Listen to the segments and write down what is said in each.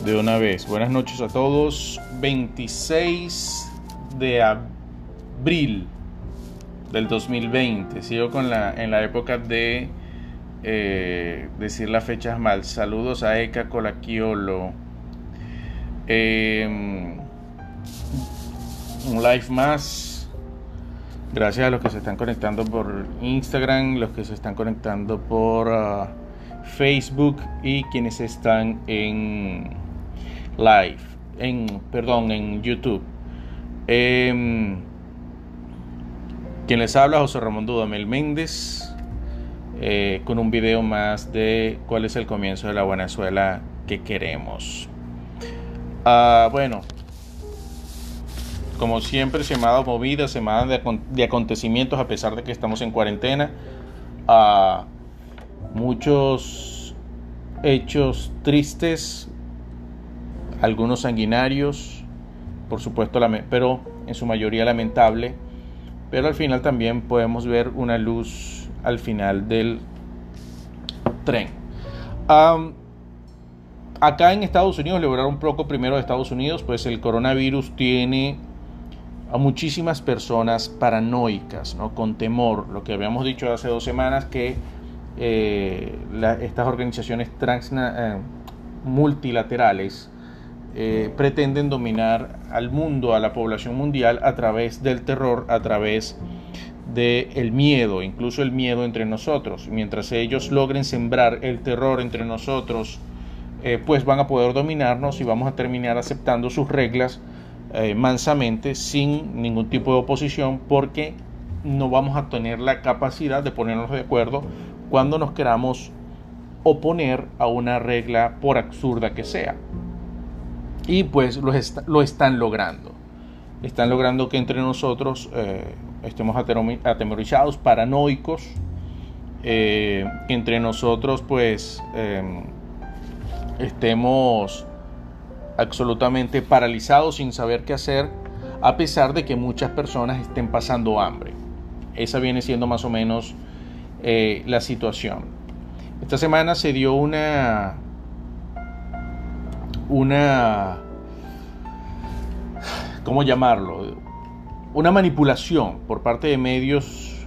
De una vez, buenas noches a todos. 26 de abril del 2020. Sigo en la época de decir las fechas mal. Saludos a Eka Colaquiolo. Un live más. Gracias a los que se están conectando por Instagram, los que se están conectando por Facebook y quienes están en live, en YouTube. Quien les habla, José Ramón Dudamel Méndez, con un video más de cuál es el comienzo de la Venezuela que queremos. Bueno, como siempre, semana movida, semana de acontecimientos, a pesar de que estamos en cuarentena. Muchos hechos tristes, algunos sanguinarios, por supuesto, pero en su mayoría lamentable. Pero al final también podemos ver una luz al final del tren. Acá en Estados Unidos, le voy a hablar un poco primero de Estados Unidos, pues el coronavirus tiene a muchísimas personas paranoicas, ¿no? Con temor, lo que habíamos dicho hace 2 semanas, que estas organizaciones multilaterales pretenden dominar al mundo, a la población mundial, a través del terror, a través del miedo, incluso el miedo entre nosotros. Mientras ellos logren sembrar el terror entre nosotros, pues van a poder dominarnos y vamos a terminar aceptando sus reglas mansamente, sin ningún tipo de oposición, porque no vamos a tener la capacidad de ponernos de acuerdo cuando nos queramos oponer a una regla, por absurda que sea. Y pues lo están logrando. Están logrando que entre nosotros estemos atemorizados, paranoicos, que entre nosotros pues estemos absolutamente paralizados sin saber qué hacer, a pesar de que muchas personas estén pasando hambre. Esa viene siendo más o menos la situación. Esta semana se dio una ¿cómo llamarlo? Una manipulación por parte de medios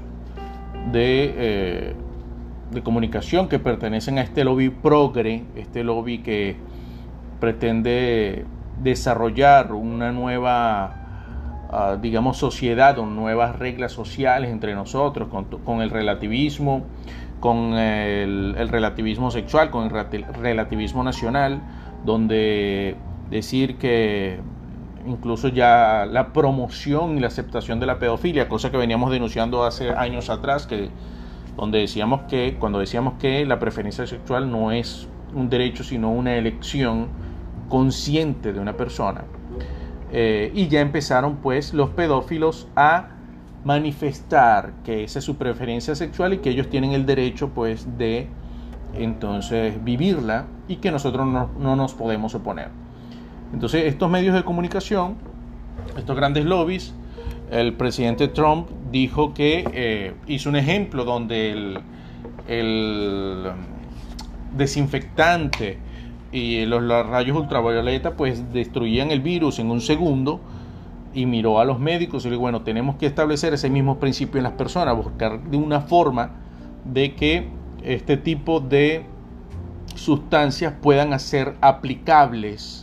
de comunicación que pertenecen a este lobby progre, este lobby que pretende desarrollar una nueva, digamos, sociedad o nuevas reglas sociales entre nosotros, con el relativismo, con el relativismo sexual, con el relativismo nacional, donde decir que incluso ya la promoción y la aceptación de la pedofilia, cosa que veníamos denunciando hace años atrás, cuando decíamos que la preferencia sexual no es un derecho, sino una elección consciente de una persona. Y ya empezaron pues los pedófilos a manifestar que esa es su preferencia sexual y que ellos tienen el derecho pues de entonces vivirla y que nosotros no nos podemos oponer. Entonces estos medios de comunicación, estos grandes lobbies, el presidente Trump dijo que hizo un ejemplo donde el desinfectante y los rayos ultravioleta pues destruían el virus en un segundo, y miró a los médicos y le dijo, bueno, tenemos que establecer ese mismo principio en las personas, buscar de una forma de que este tipo de sustancias puedan ser aplicables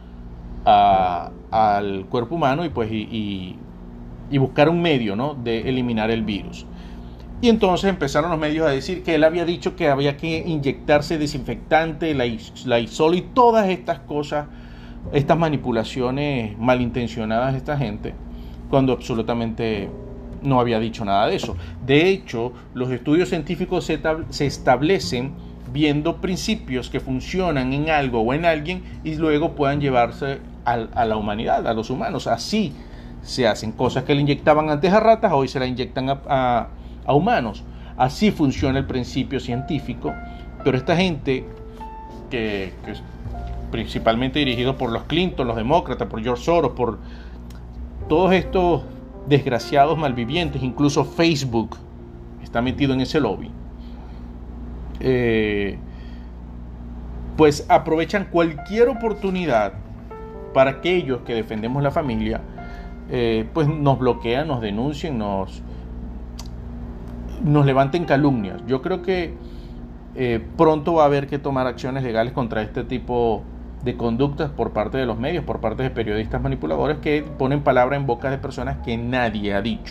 al cuerpo humano y buscar un medio, ¿no?, de eliminar el virus. Y entonces empezaron los medios a decir que él había dicho que había que inyectarse desinfectante, la Isol y todas estas cosas, estas manipulaciones malintencionadas de esta gente, cuando absolutamente no había dicho nada de eso. De hecho, los estudios científicos se establecen viendo principios que funcionan en algo o en alguien y luego puedan llevarse a la humanidad, a los humanos. Así se hacen cosas que le inyectaban antes a ratas, hoy se la inyectan a humanos. Así funciona el principio científico. Pero esta gente que es principalmente dirigido por los Clinton, los demócratas, por George Soros, por todos estos desgraciados malvivientes, incluso Facebook está metido en ese lobby. pues aprovechan cualquier oportunidad para aquellos que defendemos la familia, pues nos bloquean, nos denuncien, nos levanten calumnias. Yo creo que pronto va a haber que tomar acciones legales contra este tipo de conductas por parte de los medios, por parte de periodistas manipuladores que ponen palabra en boca de personas que nadie ha dicho.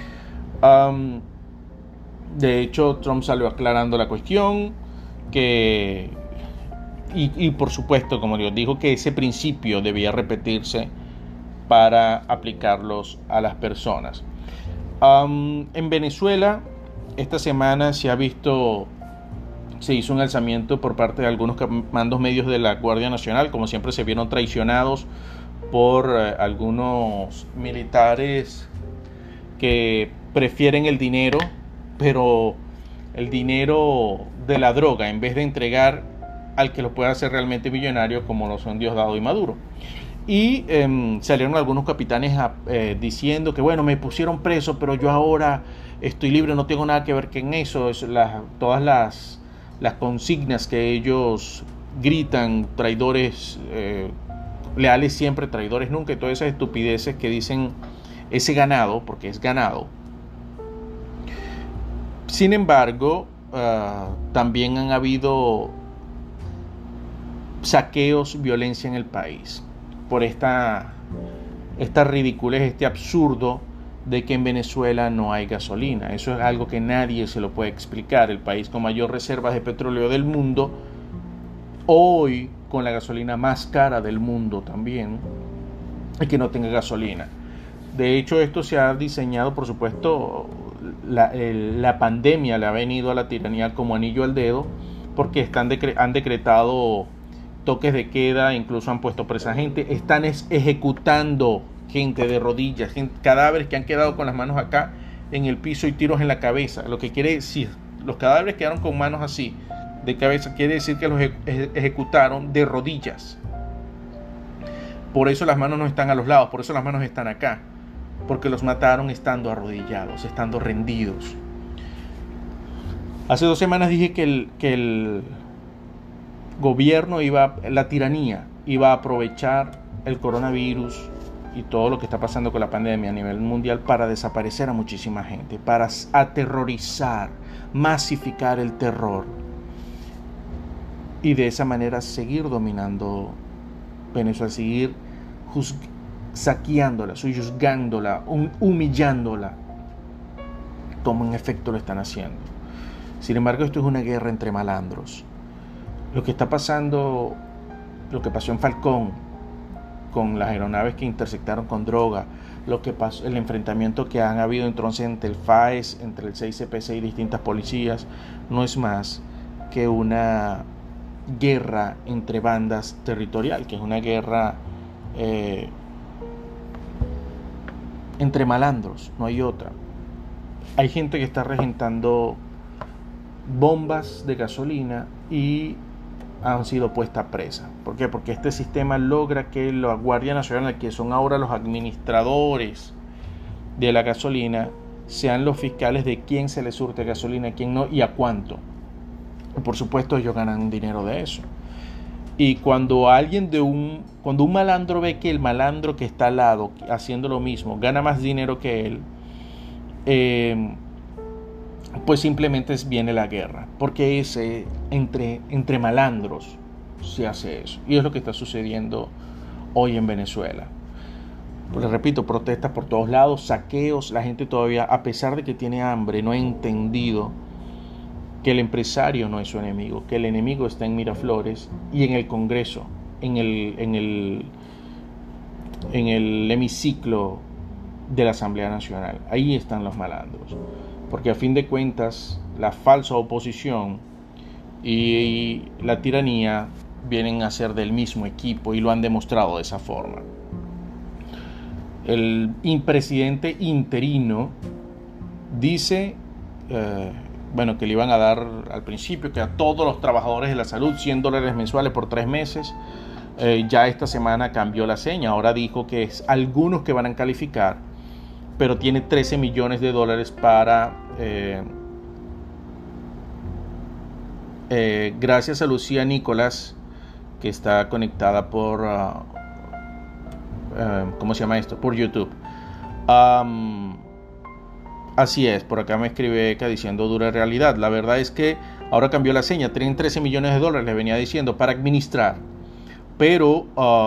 De hecho, Trump salió aclarando la cuestión, y por supuesto, como Dios dijo, que ese principio debía repetirse para aplicarlos a las personas. En Venezuela, esta semana se hizo un alzamiento por parte de algunos mandos medios de la Guardia Nacional. Como siempre, se vieron traicionados por algunos militares que prefieren el dinero, pero el dinero de la droga, en vez de entregar al que lo pueda hacer realmente millonario, como lo son Diosdado y Maduro. Y salieron algunos capitanes diciendo que bueno, me pusieron preso, pero yo ahora estoy libre, no tengo nada que ver con eso. Todas las consignas que ellos gritan, traidores, leales siempre, traidores nunca, y todas esas estupideces que dicen ese ganado, porque es ganado. Sin embargo, también han habido saqueos, violencia en el país por esta ridiculez, este absurdo de que en Venezuela no hay gasolina. Eso es algo que nadie se lo puede explicar. El país con mayor reservas de petróleo del mundo, hoy con la gasolina más cara del mundo también, y que no tenga gasolina. De hecho, esto se ha diseñado, por supuesto, la pandemia le ha venido a la tiranía como anillo al dedo, porque han decretado toques de queda, incluso han puesto presa gente, están ejecutando gente de rodillas, cadáveres que han quedado con las manos acá en el piso y tiros en la cabeza. Lo que quiere decir, los cadáveres quedaron con manos así de cabeza, quiere decir que los ejecutaron de rodillas. Por eso las manos no están a los lados, por eso las manos están acá, porque los mataron estando arrodillados, estando rendidos. Hace 2 semanas dije que el gobierno la tiranía iba a aprovechar el coronavirus y todo lo que está pasando con la pandemia a nivel mundial para desaparecer a muchísima gente, para aterrorizar, masificar el terror y de esa manera seguir dominando Venezuela, seguir saqueándola, juzgándola, humillándola, como en efecto lo están haciendo. Sin embargo, esto es una guerra entre malandros. Lo que está pasando, lo que pasó en Falcón con las aeronaves que interceptaron con droga, lo que pasó, el enfrentamiento que han habido entonces entre el FAES, entre el 6CPC y distintas policías, no es más que una guerra entre bandas territorial, que es una guerra entre malandros, no hay otra. Hay gente que está regentando bombas de gasolina y han sido puestas presa. ¿Por qué? Porque este sistema logra que la Guardia Nacional, que son ahora los administradores de la gasolina, sean los fiscales de quién se le surte gasolina, quién no y a cuánto. Y por supuesto ellos ganan dinero de eso. Y cuando un malandro ve que el malandro que está al lado haciendo lo mismo gana más dinero que él, pues simplemente viene la guerra, porque entre malandros se hace eso, y es lo que está sucediendo hoy en Venezuela. Pues les repito, protestas por todos lados, saqueos, la gente todavía, a pesar de que tiene hambre, no ha entendido que el empresario no es su enemigo, que el enemigo está en Miraflores y en el Congreso, en el hemiciclo de la Asamblea Nacional. Ahí están los malandros, porque a fin de cuentas la falsa oposición y la tiranía vienen a ser del mismo equipo y lo han demostrado de esa forma. El presidente interino dice que le iban a dar al principio que a todos los trabajadores de la salud $100 mensuales por 3 meses. Ya esta semana cambió la seña, ahora dijo que es algunos que van a calificar, pero tiene $13 millones para gracias a Lucía Nicolás, que está conectada por, ¿cómo se llama esto? Por YouTube. Así es, por acá me escribe Eka diciendo dura realidad. La verdad es que ahora cambió la seña, tienen 13 millones de dólares, les venía diciendo, para administrar. Pero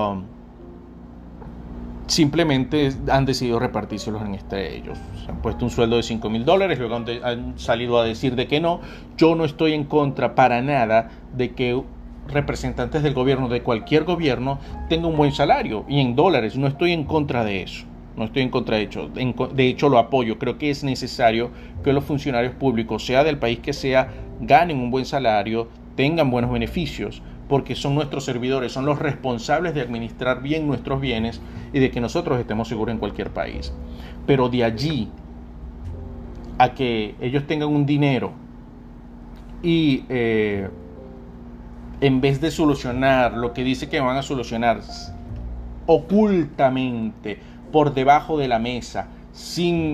simplemente han decidido repartírselos entre ellos. Se han puesto un sueldo de $5,000, luego han salido a decir de que no. Yo no estoy en contra para nada de que representantes del gobierno, de cualquier gobierno, tengan un buen salario y en dólares. No estoy en contra de eso. No estoy en contra de hecho. De hecho, lo apoyo. Creo que es necesario que los funcionarios públicos, sea del país que sea, ganen un buen salario, tengan buenos beneficios, porque son nuestros servidores, son los responsables de administrar bien nuestros bienes y de que nosotros estemos seguros en cualquier país. Pero de allí a que ellos tengan un dinero y en vez de solucionar lo que dice que van a solucionar ocultamente, por debajo de la mesa, sin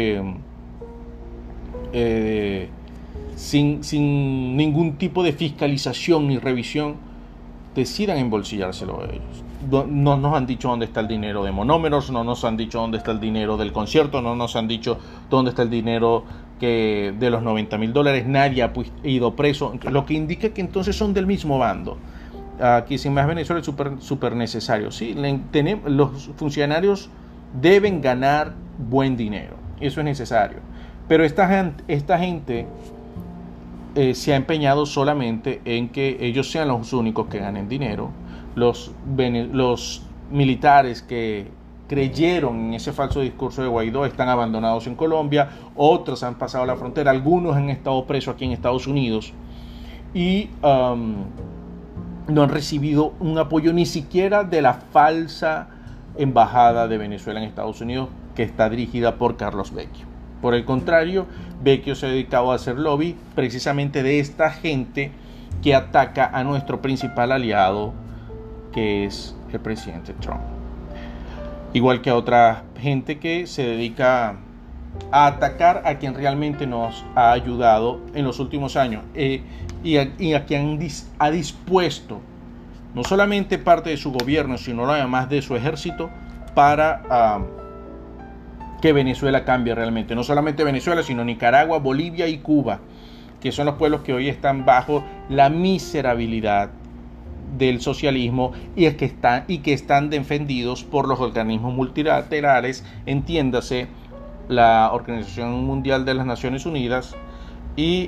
ningún tipo de fiscalización ni revisión, decidan embolsillárselo a ellos. No nos han dicho dónde está el dinero de monómeros, no nos han dicho dónde está el dinero del concierto, no nos han dicho dónde está el dinero de los $90,000. Nadie ha ido preso, lo que indica que entonces son del mismo bando. Aquí sin más Venezuela es súper necesario. Sí, los funcionarios deben ganar buen dinero, eso es necesario. Pero esta gente se ha empeñado solamente en que ellos sean los únicos que ganen dinero. Los militares que creyeron en ese falso discurso de Guaidó están abandonados en Colombia, otros han pasado la frontera, algunos han estado presos aquí en Estados Unidos y no han recibido un apoyo ni siquiera de la falsa embajada de Venezuela en Estados Unidos, que está dirigida por Carlos Vecchio. Por el contrario, Vecchio se ha dedicado a hacer lobby precisamente de esta gente que ataca a nuestro principal aliado, que es el presidente Trump. Igual que a otra gente que se dedica a atacar a quien realmente nos ha ayudado en los últimos años y a quien ha dispuesto no solamente parte de su gobierno, sino además de su ejército para que Venezuela cambie realmente. No solamente Venezuela, sino Nicaragua, Bolivia y Cuba, que son los pueblos que hoy están bajo la miserabilidad del socialismo y que están defendidos por los organismos multilaterales, entiéndase la Organización Mundial de las Naciones Unidas y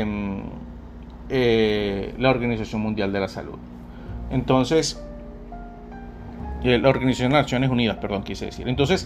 la Organización Mundial de la Salud. Entonces, la Organización de las Naciones Unidas, perdón, quise decir. Entonces,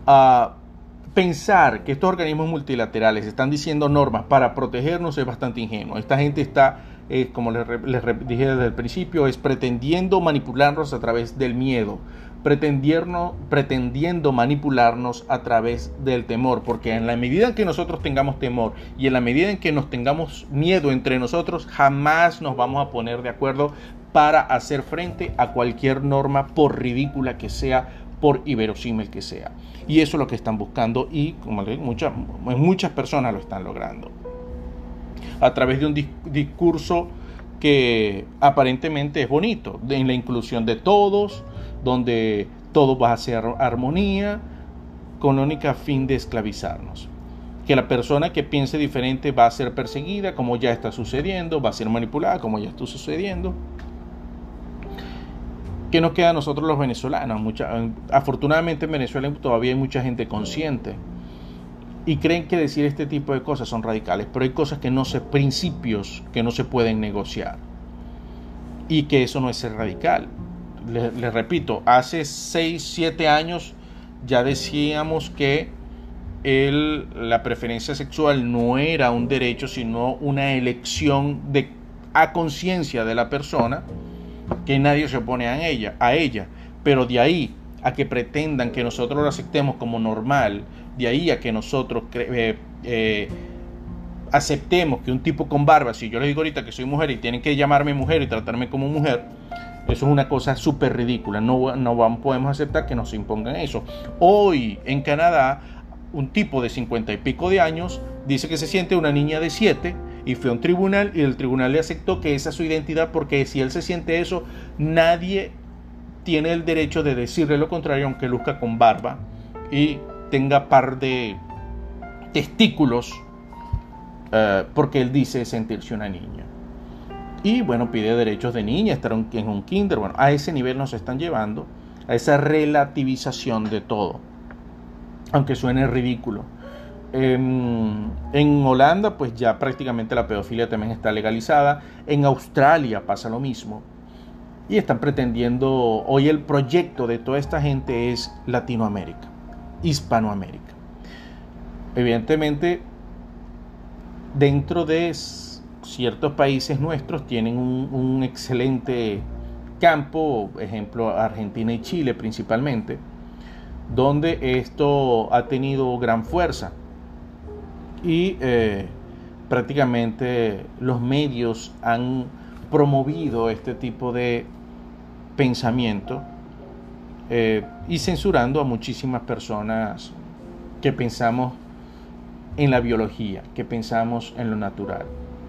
pensar que estos organismos multilaterales están diciendo normas para protegernos es bastante ingenuo. Esta gente está, como les dije desde el principio, es pretendiendo manipularnos a través del miedo, pretendiendo manipularnos a través del temor, porque en la medida en que nosotros tengamos temor y en la medida en que nos tengamos miedo entre nosotros, jamás nos vamos a poner de acuerdo para hacer frente a cualquier norma, por ridícula que sea, por inverosímil que sea. Y eso es lo que están buscando y, como les digo, muchas personas lo están logrando a través de un discurso que aparentemente es bonito, en la inclusión de todos, donde todo va a ser armonía, con el único fin de esclavizarnos. Que la persona que piense diferente va a ser perseguida, como ya está sucediendo, va a ser manipulada, como ya está sucediendo. ¿Qué nos queda a nosotros los venezolanos? Afortunadamente en Venezuela todavía hay mucha gente consciente y creen que decir este tipo de cosas son radicales, pero hay cosas principios que no se pueden negociar y que eso no es ser radical. Les repito, hace 6, 7 años ya decíamos que la preferencia sexual no era un derecho, sino una elección a conciencia de la persona, que nadie se opone a ella, pero de ahí a que pretendan que nosotros lo aceptemos como normal, de ahí a que nosotros aceptemos que un tipo con barba, si yo les digo ahorita que soy mujer y tienen que llamarme mujer y tratarme como mujer, eso es una cosa súper ridícula. No podemos aceptar que nos impongan eso. Hoy en Canadá, un tipo de 50 y pico de años dice que se siente una niña de 7 y fue a un tribunal y el tribunal le aceptó que esa es su identidad, porque si él se siente eso, nadie tiene el derecho de decirle lo contrario, aunque luzca con barba y tenga par de testículos, porque él dice sentirse una niña. Y bueno, pide derechos de niña, estar en un kinder. Bueno, a ese nivel nos están llevando, a esa relativización de todo, aunque suene ridículo. En Holanda pues ya prácticamente la pedofilia también está legalizada. En Australia pasa lo mismo. Y están pretendiendo, hoy el proyecto de toda esta gente es Latinoamérica, Hispanoamérica. Evidentemente, dentro de ciertos países nuestros tienen un excelente campo, ejemplo Argentina y Chile principalmente, donde esto ha tenido gran fuerza y prácticamente los medios han promovido este tipo de pensamiento y censurando a muchísimas personas que pensamos en la biología, que pensamos en lo natural.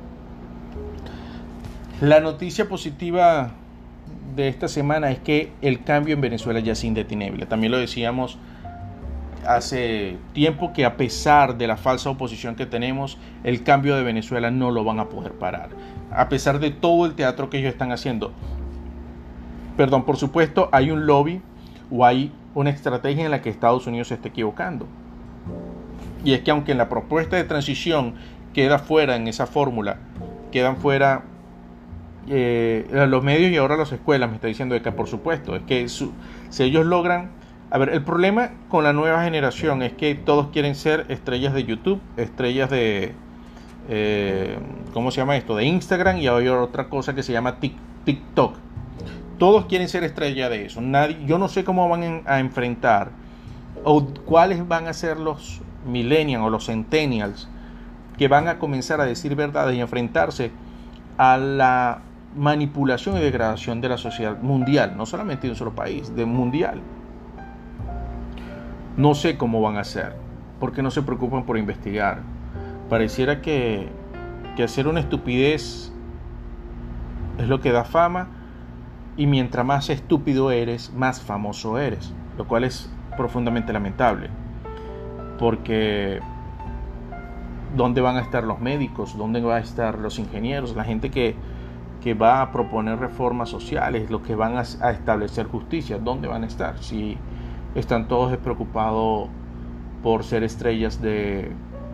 La noticia positiva de esta semana es que el cambio en Venezuela ya es indetenible. También lo decíamos hace tiempo, que a pesar de la falsa oposición que tenemos, el cambio de Venezuela no lo van a poder parar, a pesar de todo el teatro que ellos están haciendo. Perdón, por supuesto, hay un lobby o hay una estrategia en la que Estados Unidos se está equivocando. Y es que aunque en la propuesta de transición queda fuera, en esa fórmula, quedan fuera los medios y ahora las escuelas, me está diciendo de que por supuesto, es que si ellos logran... A ver, el problema con la nueva generación es que todos quieren ser estrellas de YouTube, estrellas de... ¿cómo se llama esto? De Instagram, y hay otra cosa que se llama TikTok. Todos quieren ser estrella de eso. Yo no sé cómo van a enfrentar o cuáles van a ser los millennials o los centennials que van a comenzar a decir verdades y enfrentarse a la manipulación y degradación de la sociedad mundial, no solamente de un solo país, de mundial. No sé cómo van a hacer, porque no se preocupan por investigar. Pareciera que hacer una estupidez es lo que da fama, y mientras más estúpido eres, más famoso eres, lo cual es profundamente lamentable, porque ¿dónde van a estar los médicos? ¿Dónde van a estar los ingenieros? La gente que va a proponer reformas sociales, los que van a establecer justicia, ¿dónde van a estar? Si están todos despreocupados por ser estrellas de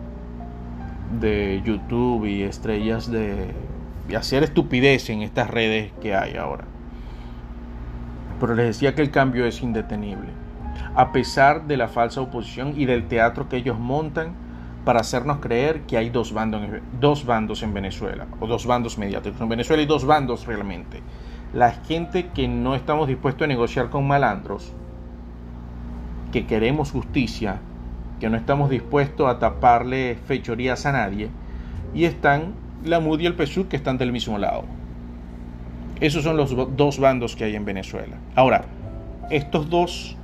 YouTube y estrellas de hacer estupidez en estas redes que hay ahora. Pero les decía que el cambio es indetenible, a pesar de la falsa oposición y del teatro que ellos montan para hacernos creer que hay dos bandos en Venezuela, o dos bandos mediáticos. En Venezuela hay dos bandos realmente. La gente que no estamos dispuestos a negociar con malandros, que queremos justicia, que no estamos dispuestos a taparle fechorías a nadie, y están la MUD y el PSUV, que están del mismo lado. Esos son los dos bandos que hay en Venezuela. Ahora, estas dos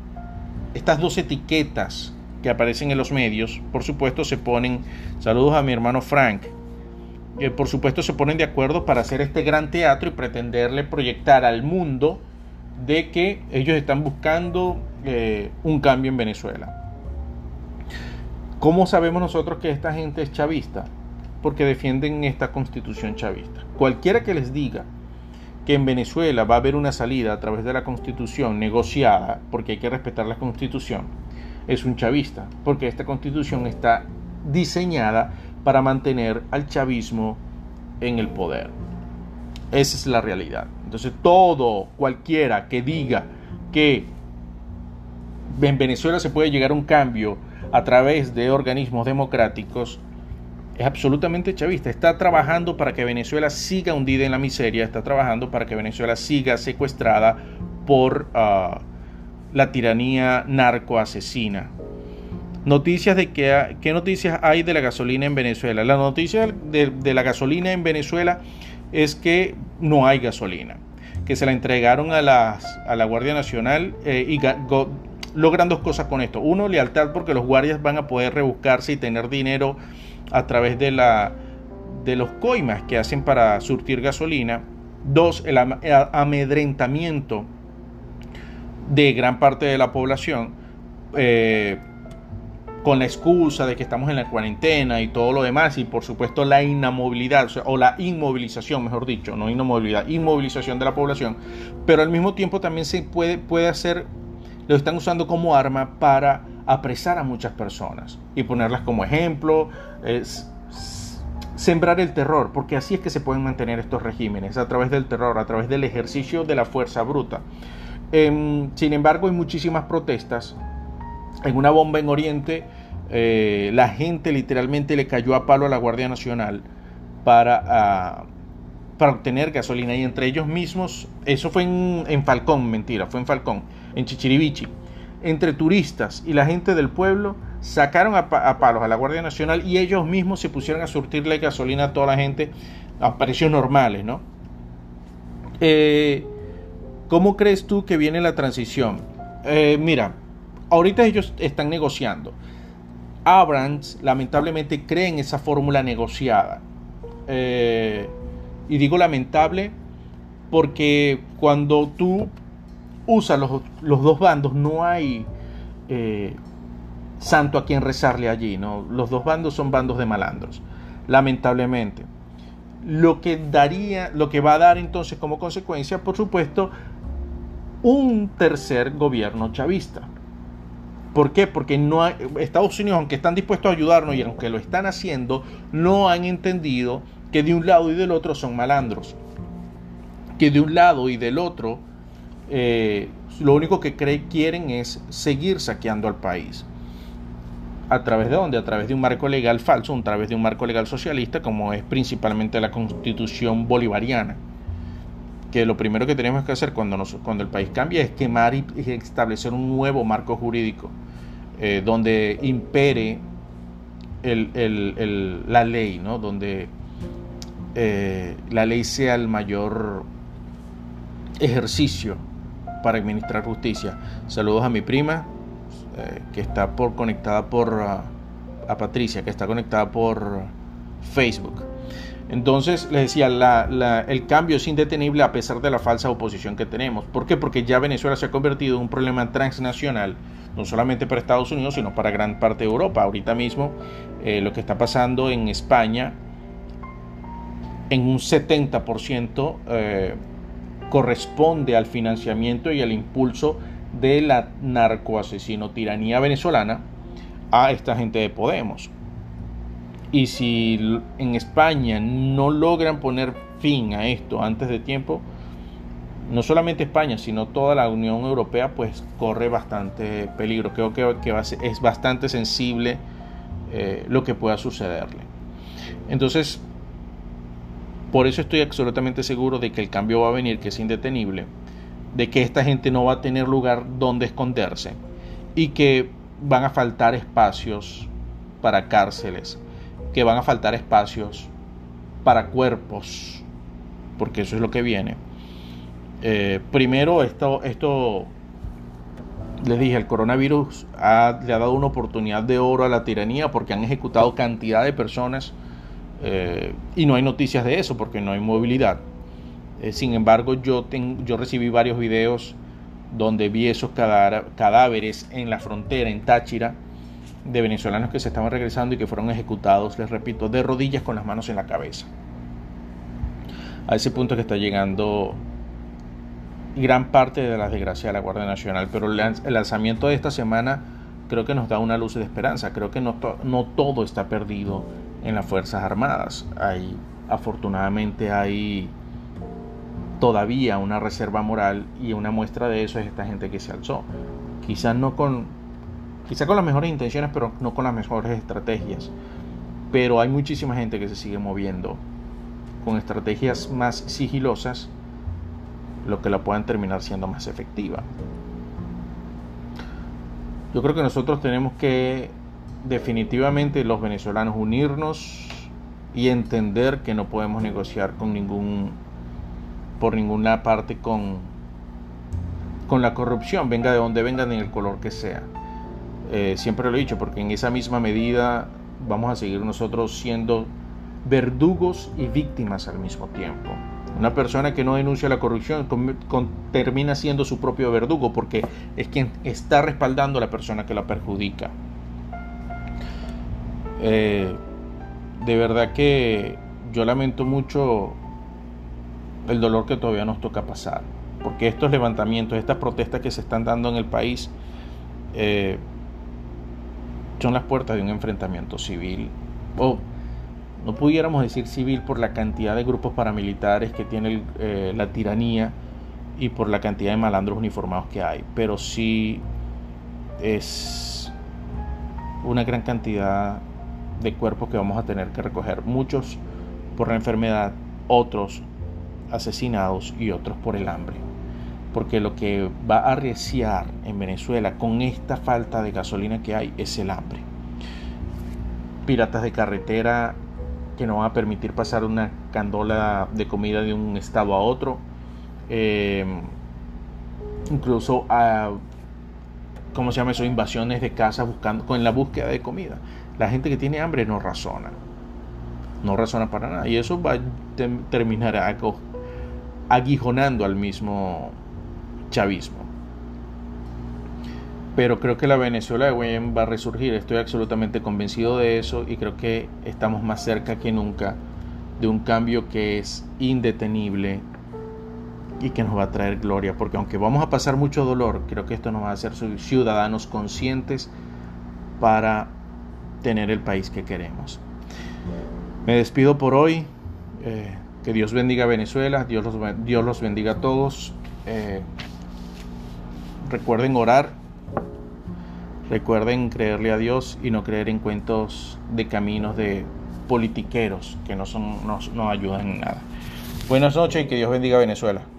etiquetas que aparecen en los medios, por supuesto se ponen, saludos a mi hermano Frank, por supuesto se ponen de acuerdo para hacer este gran teatro y pretenderle proyectar al mundo de que ellos están buscando un cambio en Venezuela. ¿Cómo sabemos nosotros que esta gente es chavista? Porque defienden esta constitución chavista. Cualquiera que les diga que en Venezuela va a haber una salida a través de la constitución negociada, porque hay que respetar la constitución, es un chavista, porque esta constitución está diseñada para mantener al chavismo en el poder. Esa es la realidad. Entonces cualquiera que diga que en Venezuela se puede llegar a un cambio a través de organismos democráticos es absolutamente chavista. Está trabajando para que Venezuela siga hundida en la miseria, está trabajando para que Venezuela siga secuestrada por la tiranía narcoasesina. Noticias de ¿qué noticias hay de la gasolina en Venezuela? La noticia de la gasolina en Venezuela es que no hay gasolina, que se la entregaron a la Guardia Nacional y logran dos cosas con esto. Uno, lealtad, porque los guardias van a poder rebuscarse y tener dinero a través de de los coimas que hacen para surtir gasolina. 2, el amedrentamiento de gran parte de la población, con la excusa de que estamos en la cuarentena y todo lo demás, y por supuesto la inamovilidad, o la inmovilización, mejor dicho, no inamovilidad, inmovilización de la población, pero al mismo tiempo también se puede hacer, lo están usando como arma para apresar a muchas personas y ponerlas como ejemplo, sembrar el terror, porque así es que se pueden mantener estos regímenes, a través del terror, a través del ejercicio de la fuerza bruta. Sin embargo, hay muchísimas protestas. En una bomba en Oriente, la gente literalmente le cayó a palo a la Guardia Nacional para obtener gasolina, y entre ellos mismos, eso fue en Falcón, mentira, fue en Falcón, en Chichirivichi, entre turistas y la gente del pueblo sacaron a palos a la Guardia Nacional, y ellos mismos se pusieron a surtirle gasolina a toda la gente a precios normales, ¿no? ¿Cómo crees tú que viene la transición? Mira, ahorita ellos están negociando. Abrams lamentablemente cree en esa fórmula negociada. Y digo lamentable porque cuando tú usas los dos bandos, no hay santo a quien rezarle allí, ¿no? Los dos bandos son bandos de malandros, lamentablemente. Lo que va a dar entonces como consecuencia, por supuesto, un tercer gobierno chavista. ¿Por qué? Porque no hay, Estados Unidos, aunque están dispuestos a ayudarnos y aunque lo están haciendo, no han entendido que de un lado y del otro son malandros. Que de un lado y del otro, lo único que quieren es seguir saqueando al país. ¿A través de dónde? A través de un marco legal falso, a través de un marco legal socialista, como es principalmente la Constitución bolivariana. Que lo primero que tenemos que hacer cuando el país cambia es quemar y establecer un nuevo marco jurídico donde impere la ley, ¿no? Donde la ley sea el mayor ejercicio para administrar justicia. Saludos a mi prima que está conectada a Patricia, que está conectada por Facebook. Entonces, les decía, el cambio es indetenible a pesar de la falsa oposición que tenemos. ¿Por qué? Porque ya Venezuela se ha convertido en un problema transnacional, no solamente para Estados Unidos, sino para gran parte de Europa. Ahorita mismo, lo que está pasando en España, en un 70% corresponde al financiamiento y al impulso de la narcoasesino tiranía venezolana a esta gente de Podemos. Y si en España no logran poner fin a esto antes de tiempo, no solamente España, sino toda la Unión Europea, pues corre bastante peligro. Creo que es bastante sensible lo que pueda sucederle. Entonces, por eso estoy absolutamente seguro de que el cambio va a venir, que es indetenible, de que esta gente no va a tener lugar donde esconderse y que van a faltar espacios para cárceles, que van a faltar espacios para cuerpos, porque eso es lo que viene. Primero, esto les dije, el coronavirus le ha dado una oportunidad de oro a la tiranía, porque han ejecutado cantidad de personas y no hay noticias de eso porque no hay movilidad. Sin embargo, yo recibí varios videos donde vi esos cadáveres en la frontera, en Táchira, de venezolanos que se estaban regresando y que fueron ejecutados, les repito, de rodillas con las manos en la cabeza. A ese punto que está llegando gran parte de las desgracias de la Guardia Nacional. Pero el lanzamiento de esta semana creo que nos da una luz de esperanza. Creo que no todo está perdido en las Fuerzas Armadas. Afortunadamente hay todavía una reserva moral, y una muestra de eso es esta gente que se alzó. Quizá con las mejores intenciones, pero no con las mejores estrategias. Pero hay muchísima gente que se sigue moviendo con estrategias más sigilosas, lo que la puedan terminar siendo más efectiva. Yo creo que nosotros tenemos que, definitivamente, los venezolanos, unirnos y entender que no podemos negociar por ninguna parte con la corrupción, venga de donde venga, ni el color que sea. Siempre lo he dicho, porque en esa misma medida vamos a seguir nosotros siendo verdugos y víctimas al mismo tiempo. Una persona que no denuncia la corrupción termina siendo su propio verdugo, porque es quien está respaldando a la persona que la perjudica. De verdad que yo lamento mucho el dolor que todavía nos toca pasar, porque estos levantamientos, estas protestas que se están dando en el país son las puertas de un enfrentamiento civil, o no pudiéramos decir civil por la cantidad de grupos paramilitares que tiene la tiranía y por la cantidad de malandros uniformados que hay, pero sí es una gran cantidad de cuerpos que vamos a tener que recoger, muchos por la enfermedad, otros asesinados y otros por el hambre, porque lo que va a arreciar en Venezuela con esta falta de gasolina que hay es el hambre. Piratas de carretera que no van a permitir pasar una candola de comida de un estado a otro, incluso ¿cómo se llama eso? Invasiones de casas con la búsqueda de comida. La gente que tiene hambre no razona para nada, y eso va a terminar aguijonando al mismo chavismo. Pero creo que la Venezuela de Guaidó va a resurgir, estoy absolutamente convencido de eso, y creo que estamos más cerca que nunca de un cambio que es indetenible y que nos va a traer gloria, porque aunque vamos a pasar mucho dolor, creo que esto nos va a hacer ciudadanos conscientes para tener el país que queremos. Me despido por hoy. Que Dios bendiga a Venezuela, Dios los bendiga a todos. Recuerden orar, recuerden creerle a Dios y no creer en cuentos de caminos de politiqueros que no ayudan en nada. Buenas noches y que Dios bendiga a Venezuela.